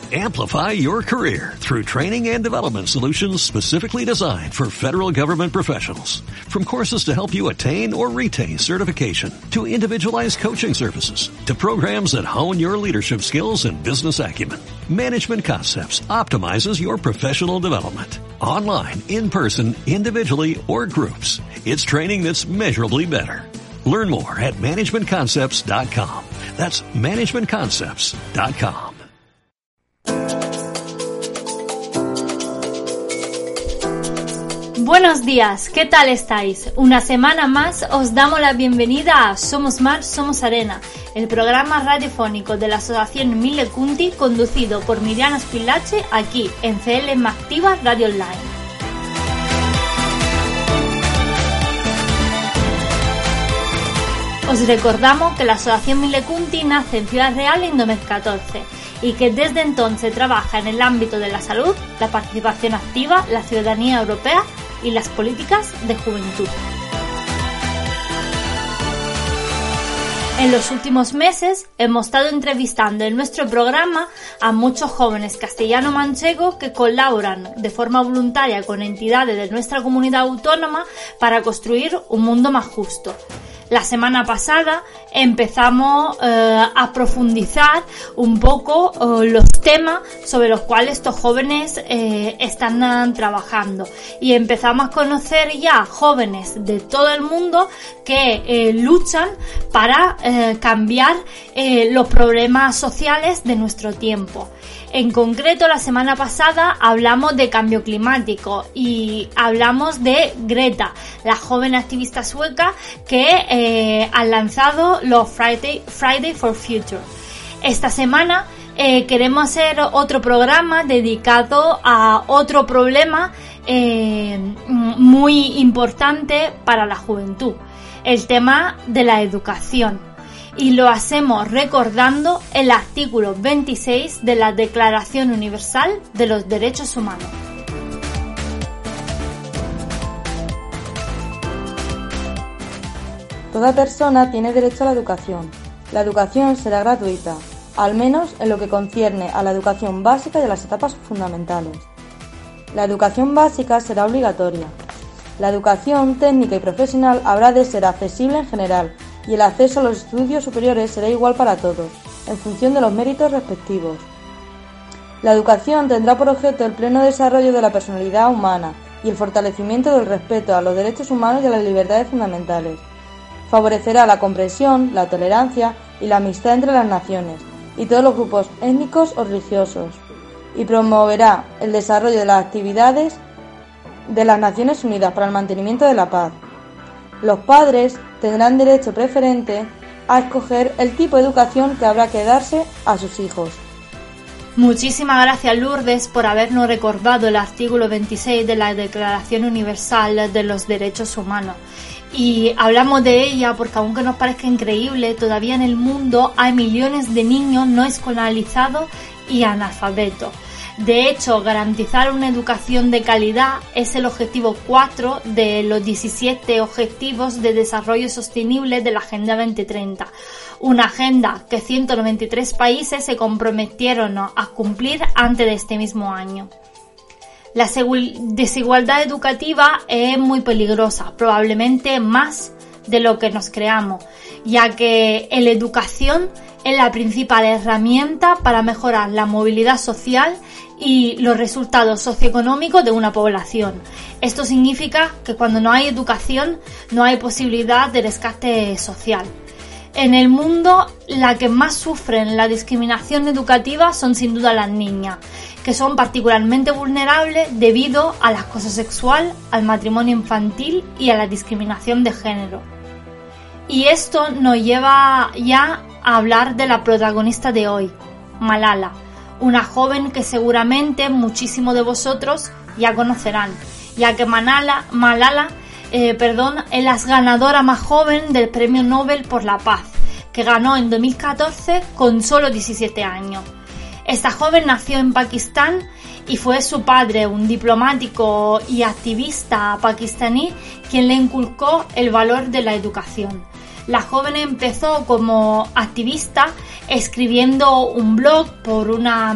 Amplify your career through training and development solutions specifically designed for federal government professionals. From courses to help you attain or retain certification, to individualized coaching services, to programs that hone your leadership skills and business acumen, Management Concepts optimizes your professional development. Online, in person, individually, or groups, it's training that's measurably better. Learn more at managementconcepts.com. That's managementconcepts.com. Buenos días, ¿qué tal estáis? Una semana más os damos la bienvenida a Somos Mar, Somos Arena, el programa radiofónico de la Asociación Mille Cunti, conducido por Miriana Spillace, aquí en CLM Activa Radio Online. Os recordamos que la Asociación Mille Cunti nace en Ciudad Real en 2014 y que desde entonces trabaja en el ámbito de la salud, la participación activa, la ciudadanía europea y las políticas de juventud. En los últimos meses hemos estado entrevistando en nuestro programa a muchos jóvenes castellano-manchegos que colaboran de forma voluntaria con entidades de nuestra comunidad autónoma para construir un mundo más justo. La semana pasada empezamos a profundizar un poco los temas sobre los cuales estos jóvenes están trabajando y empezamos a conocer ya jóvenes de todo el mundo que luchan para cambiar los problemas sociales de nuestro tiempo. En concreto, la semana pasada hablamos de cambio climático y hablamos de Greta, la joven activista sueca que ha lanzado los Friday for Future. Esta semana queremos hacer otro programa dedicado a otro problema muy importante para la juventud, el tema de la educación. Y lo hacemos recordando el artículo 26 de la Declaración Universal de los Derechos Humanos. Toda persona tiene derecho a la educación. La educación será gratuita, al menos en lo que concierne a la educación básica y a las etapas fundamentales. La educación básica será obligatoria. La educación técnica y profesional habrá de ser accesible en general, y el acceso a los estudios superiores será igual para todos, en función de los méritos respectivos. La educación tendrá por objeto el pleno desarrollo de la personalidad humana y el fortalecimiento del respeto a los derechos humanos y a las libertades fundamentales. Favorecerá la comprensión, la tolerancia y la amistad entre las naciones y todos los grupos étnicos o religiosos, y promoverá el desarrollo de las actividades de las Naciones Unidas para el mantenimiento de la paz. Los padres tendrán derecho preferente a escoger el tipo de educación que habrá que darse a sus hijos. Muchísimas gracias, Lourdes, por habernos recordado el artículo 26 de la Declaración Universal de los Derechos Humanos. Y hablamos de ella porque, aunque nos parezca increíble, todavía en el mundo hay millones de niños no escolarizados y analfabetos. De hecho, garantizar una educación de calidad es el objetivo 4 de los 17 Objetivos de Desarrollo Sostenible de la Agenda 2030. Una agenda que 193 países se comprometieron a cumplir antes de este mismo año. La desigualdad educativa es muy peligrosa, probablemente más de lo que nos creamos, ya que la educación es la principal herramienta para mejorar la movilidad social y los resultados socioeconómicos de una población. Esto significa que cuando no hay educación no hay posibilidad de rescate social. En el mundo, la que más sufren la discriminación educativa son sin duda las niñas, que son particularmente vulnerables debido al acoso sexual, al matrimonio infantil y a la discriminación de género. Y esto nos lleva ya a hablar de la protagonista de hoy, Malala, una joven que seguramente muchísimos de vosotros ya conocerán, ya que Malala es la ganadora más joven del Premio Nobel por la Paz, que ganó en 2014 con solo 17 años. Esta joven nació en Pakistán y fue su padre, un diplomático y activista pakistaní, quien le inculcó el valor de la educación. La joven empezó como activista escribiendo un blog por una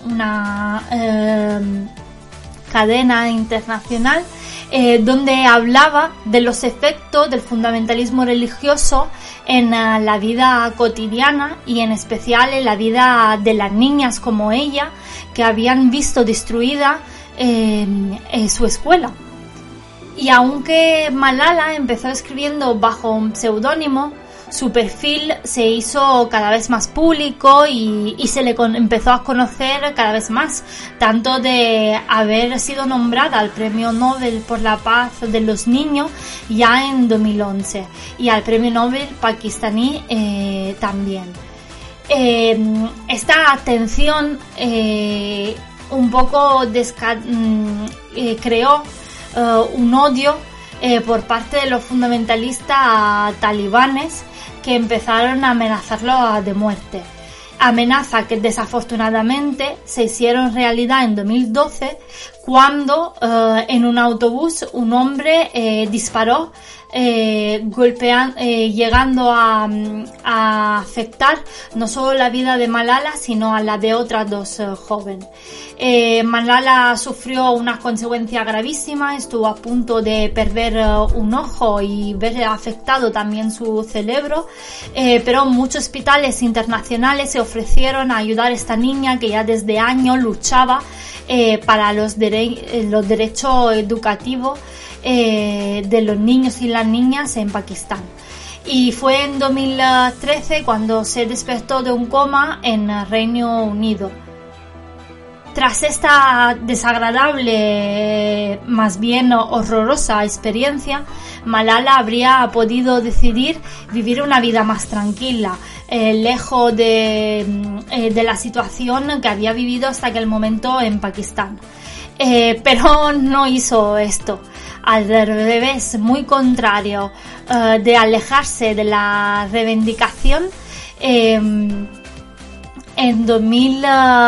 cadena internacional donde hablaba de los efectos del fundamentalismo religioso en la vida cotidiana y en especial en la vida de las niñas como ella, que habían visto destruida su escuela. Y aunque Malala empezó escribiendo bajo un seudónimo, su perfil se hizo cada vez más público y se le empezó a conocer cada vez más, tanto de haber sido nombrada al Premio Nobel por la Paz de los Niños ya en 2011 y al Premio Nobel pakistaní también. Esta atención un poco creó un odio por parte de los fundamentalistas talibanes, que empezaron a amenazarlo de muerte. Amenaza que desafortunadamente se hicieron realidad en 2012 cuando en un autobús un hombre disparó llegando a afectar no solo la vida de Malala sino a la de otras dos jóvenes. Malala sufrió unas consecuencias gravísimas, estuvo a punto de perder un ojo y ver afectado también su cerebro, pero muchos hospitales internacionales se ofrecieron a ayudar a esta niña que ya desde años luchaba para los derechos educativos de los niños y las niñas en Pakistán. Y fue en 2013 cuando se despertó de un coma en Reino Unido. Tras esta desagradable, más bien horrorosa experiencia, Malala habría podido decidir vivir una vida más tranquila, lejos de la situación que había vivido hasta aquel momento en Pakistán. Pero no hizo esto. Al revés, muy contrario, de alejarse de la reivindicación, en 2000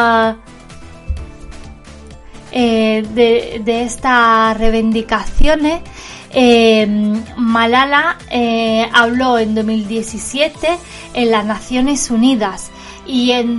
de estas reivindicaciones, Malala habló en 2017 en las Naciones Unidas y en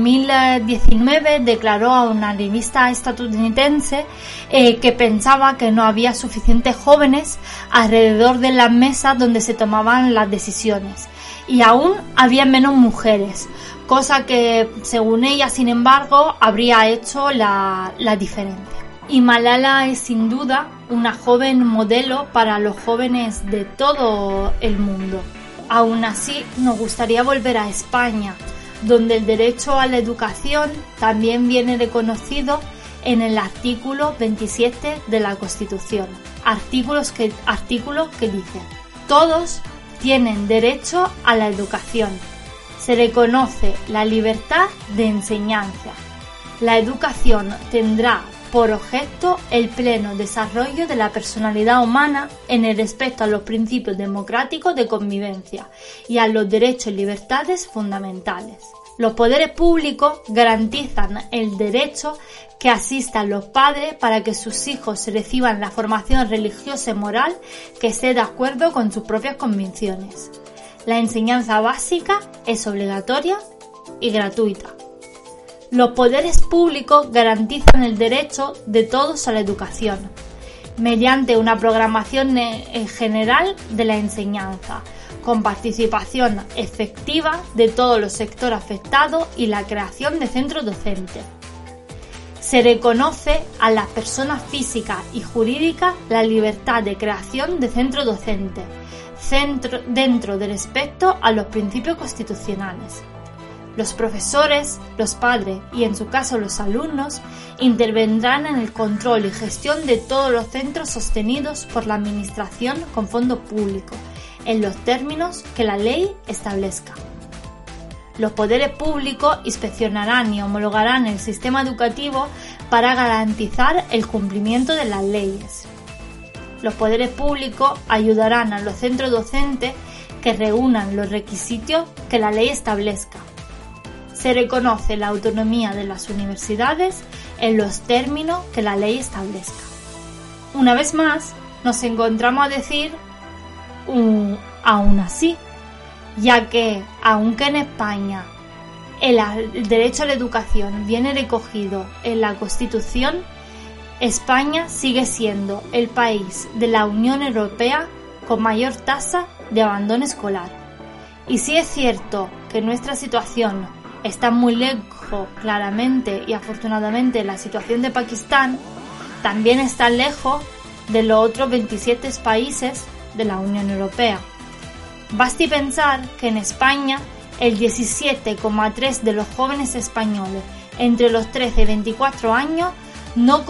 2019 declaró a una revista estadounidense que pensaba que no había suficientes jóvenes alrededor de las mesas donde se tomaban las decisiones y aún había menos mujeres, cosa que según ella, sin embargo, habría hecho la diferencia. Y Malala es sin duda una joven modelo para los jóvenes de todo el mundo. Aún así, nos gustaría volver a España, donde el derecho a la educación también viene reconocido en el artículo 27 de la Constitución. Artículo que dice: todos tienen derecho a la educación. Se reconoce la libertad de enseñanza. La educación tendrá por objeto el pleno desarrollo de la personalidad humana en el respeto a los principios democráticos de convivencia y a los derechos y libertades fundamentales. Los poderes públicos garantizan el derecho que asistan los padres para que sus hijos reciban la formación religiosa y moral que esté de acuerdo con sus propias convicciones. La enseñanza básica es obligatoria y gratuita. Los poderes públicos garantizan el derecho de todos a la educación, mediante una programación general de la enseñanza, con participación efectiva de todos los sectores afectados y la creación de centros docentes. Se reconoce a las personas físicas y jurídicas la libertad de creación de centros docentes, dentro del respeto a los principios constitucionales. Los profesores, los padres y en su caso los alumnos intervendrán en el control y gestión de todos los centros sostenidos por la administración con fondos públicos, en los términos que la ley establezca. Los poderes públicos inspeccionarán y homologarán el sistema educativo para garantizar el cumplimiento de las leyes. Los poderes públicos ayudarán a los centros docentes que reúnan los requisitos que la ley establezca. Se reconoce la autonomía de las universidades en los términos que la ley establezca. Una vez más, nos encontramos a decir aún así, ya que, aunque en España el derecho a la educación viene recogido en la Constitución, España sigue siendo el país de la Unión Europea con mayor tasa de abandono escolar. Y sí es cierto que nuestra situación está muy lejos, claramente y afortunadamente, la situación de Pakistán, también está lejos de los otros 27 países de la Unión Europea. Basti pensar que en España el 17,3% de los jóvenes españoles entre los 13 y 24 años no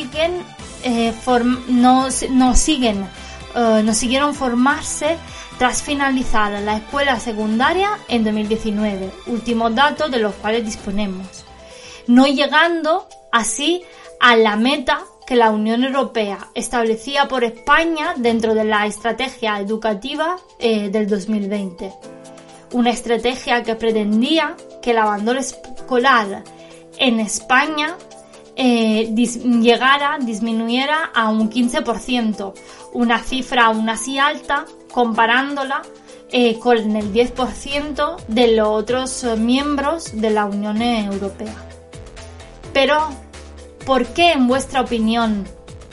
siguieron formarse tras finalizar la escuela secundaria en 2019, últimos datos de los cuales disponemos, no llegando así a la meta que la Unión Europea establecía por España dentro de la estrategia educativa del 2020. Una estrategia que pretendía que el abandono escolar en España disminuyera a un 15%, una cifra aún así alta comparándola con el 10% de los otros miembros de la Unión Europea. Pero, ¿por qué en vuestra opinión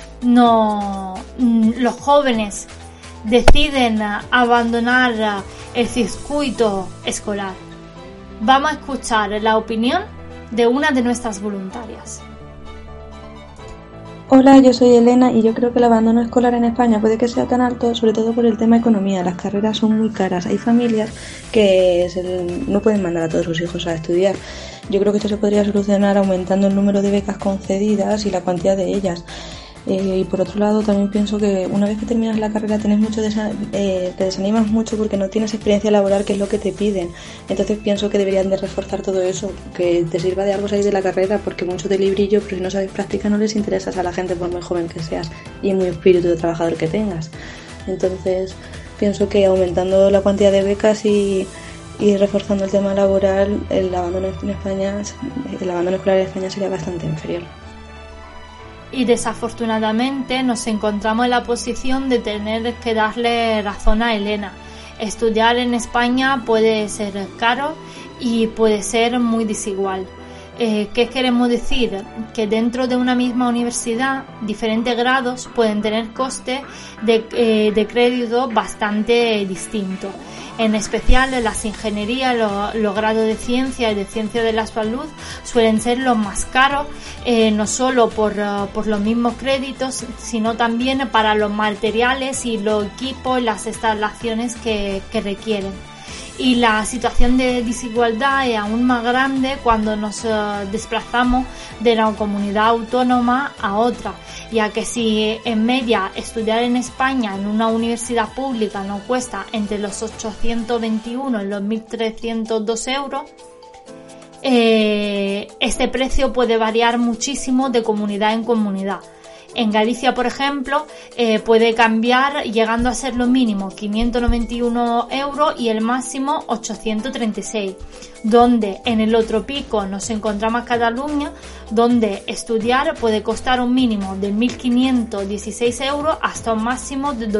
los jóvenes deciden abandonar el circuito escolar? Vamos a escuchar la opinión de una de nuestras voluntarias. Hola, yo soy Elena y yo creo que el abandono escolar en España puede que sea tan alto, sobre todo por el tema economía. Las carreras son muy caras. Hay familias que no pueden mandar a todos sus hijos a estudiar. Yo creo que esto se podría solucionar aumentando el número de becas concedidas y la cuantía de ellas. Y por otro lado también pienso que una vez que terminas la carrera te desanimas mucho porque no tienes experiencia laboral, que es lo que te piden. Entonces pienso que deberían de reforzar todo eso, que te sirva de algo salir de la carrera, porque mucho de librillo, pero si no sabes práctica no les interesas a la gente por muy joven que seas y muy espíritu de trabajador que tengas. Entonces pienso que aumentando la cuantía de becas y reforzando el tema laboral, el abandono escolar en España sería bastante inferior. Y desafortunadamente nos encontramos en la posición de tener que darle razón a Elena. Estudiar en España puede ser caro y puede ser muy desigual. ¿Qué queremos decir? Que dentro de una misma universidad diferentes grados pueden tener costes de crédito bastante distintos. En especial las ingenierías, los grados de ciencia y de ciencia de la salud suelen ser los más caros, no solo por los mismos créditos, sino también para los materiales y los equipos y las instalaciones que requieren. Y la situación de desigualdad es aún más grande cuando nos desplazamos de una comunidad autónoma a otra, ya que si en media estudiar en España en una universidad pública nos cuesta entre los 821 y los 1.302 euros, este precio puede variar muchísimo de comunidad en comunidad. En Galicia, por ejemplo, puede cambiar llegando a ser lo mínimo 591 euros y el máximo 836, donde en el otro pico nos encontramos Cataluña, donde estudiar puede costar un mínimo de 1.516 euros hasta un máximo de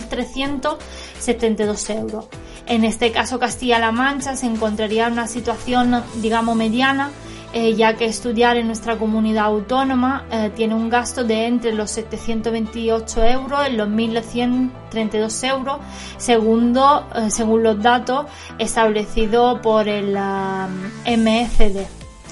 2.372 euros. En este caso, Castilla-La Mancha se encontraría en una situación, digamos, mediana, ya que estudiar en nuestra comunidad autónoma tiene un gasto de entre los 728 euros y los 1.132 euros, según los datos establecidos por el MFD.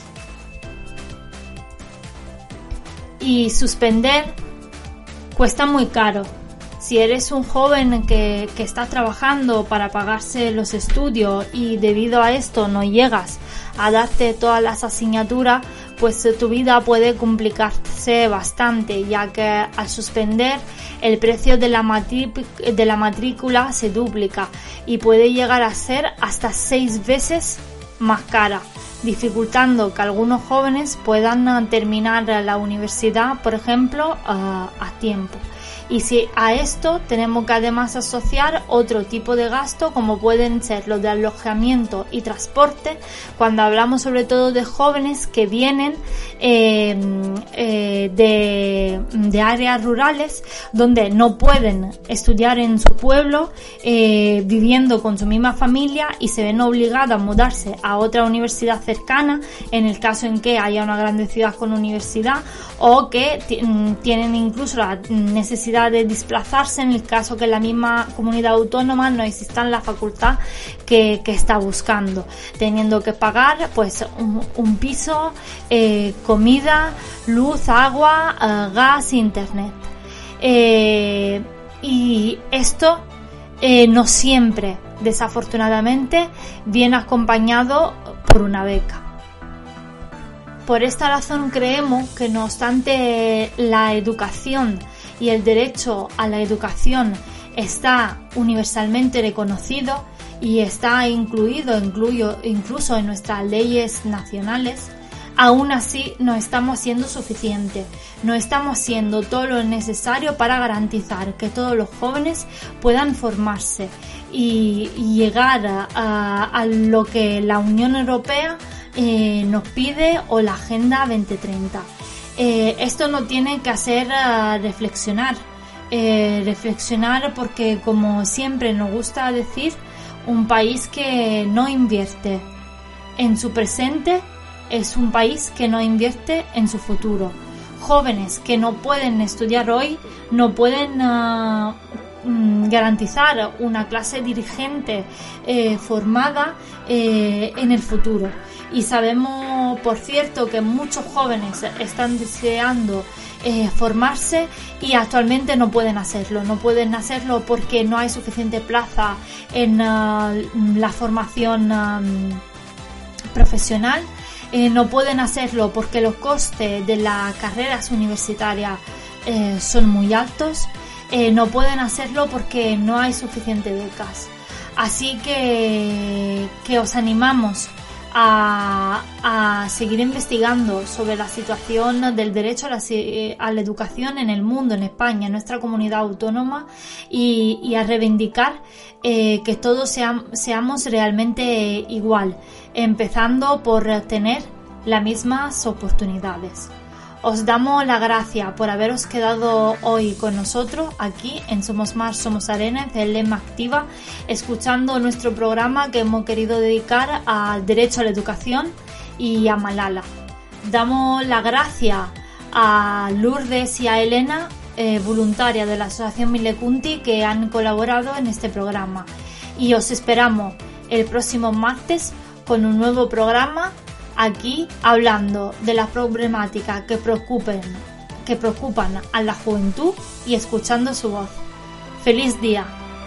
Y suspender cuesta muy caro. Si eres un joven que está trabajando para pagarse los estudios y debido a esto no llegas a darte todas las asignaturas, pues tu vida puede complicarse bastante, ya que al suspender el precio de la matrícula se duplica y puede llegar a ser hasta 6 veces más cara, dificultando que algunos jóvenes puedan terminar la universidad, por ejemplo, a tiempo. Y si a esto tenemos que además asociar otro tipo de gasto, como pueden ser los de alojamiento y transporte, cuando hablamos sobre todo de jóvenes que vienen de áreas rurales donde no pueden estudiar en su pueblo, viviendo con su misma familia, y se ven obligados a mudarse a otra universidad cercana, en el caso en que haya una grande ciudad con universidad, o que tienen incluso la necesidad de desplazarse en el caso que en la misma comunidad autónoma no exista la facultad que está buscando, teniendo que pagar pues un piso, comida, luz, agua, gas, internet. Y esto no siempre, desafortunadamente, viene acompañado por una beca. Por esta razón creemos que, no obstante la educación y el derecho a la educación está universalmente reconocido y está incluido incluso en nuestras leyes nacionales, aún así no estamos siendo suficientes, no estamos haciendo todo lo necesario para garantizar que todos los jóvenes puedan formarse y llegar a lo que la Unión Europea nos pide, o la Agenda 2030. Esto nos tiene que hacer reflexionar porque, como siempre nos gusta decir, un país que no invierte en su presente es un país que no invierte en su futuro. Jóvenes que no pueden estudiar hoy no pueden garantizar una clase dirigente formada en el futuro. Y sabemos, por cierto, que muchos jóvenes están deseando formarse y actualmente no pueden hacerlo. No pueden hacerlo porque no hay suficiente plaza en la formación profesional. No pueden hacerlo porque los costes de las carreras universitarias son muy altos. No pueden hacerlo porque no hay suficientes becas. Así que os animamos a seguir investigando sobre la situación del derecho a la educación en el mundo, en España, en nuestra comunidad autónoma, y a reivindicar que todos seamos realmente igual, empezando por tener las mismas oportunidades. Os damos las gracias por haberos quedado hoy con nosotros aquí en Somos Mar, Somos Arena, en Lema Activa, escuchando nuestro programa que hemos querido dedicar al derecho a la educación y a Malala. Damos las gracias a Lourdes y a Elena, voluntarias de la Asociación Milecunti, que han colaborado en este programa. Y os esperamos el próximo martes con un nuevo programa, aquí hablando de las problemáticas que preocupan a la juventud y escuchando su voz. ¡Feliz día!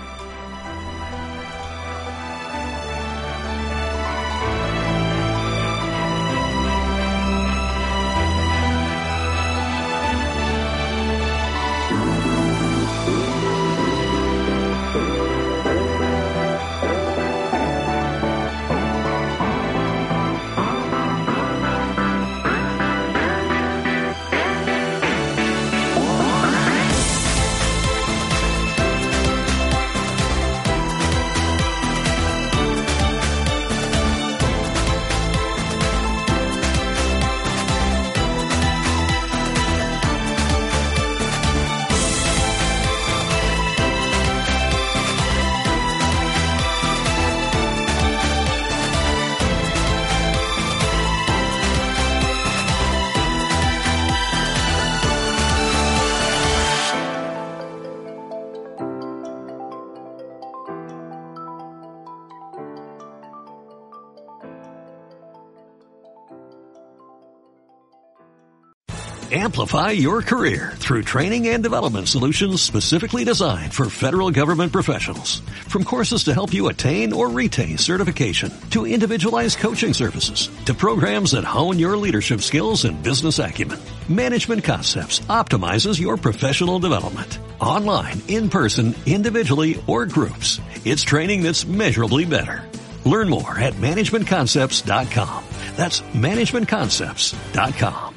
Amplify your career through training and development solutions specifically designed for federal government professionals. From courses to help you attain or retain certification, to individualized coaching services, to programs that hone your leadership skills and business acumen, Management Concepts optimizes your professional development. Online, in person, individually, or groups, it's training that's measurably better. Learn more at managementconcepts.com. That's managementconcepts.com.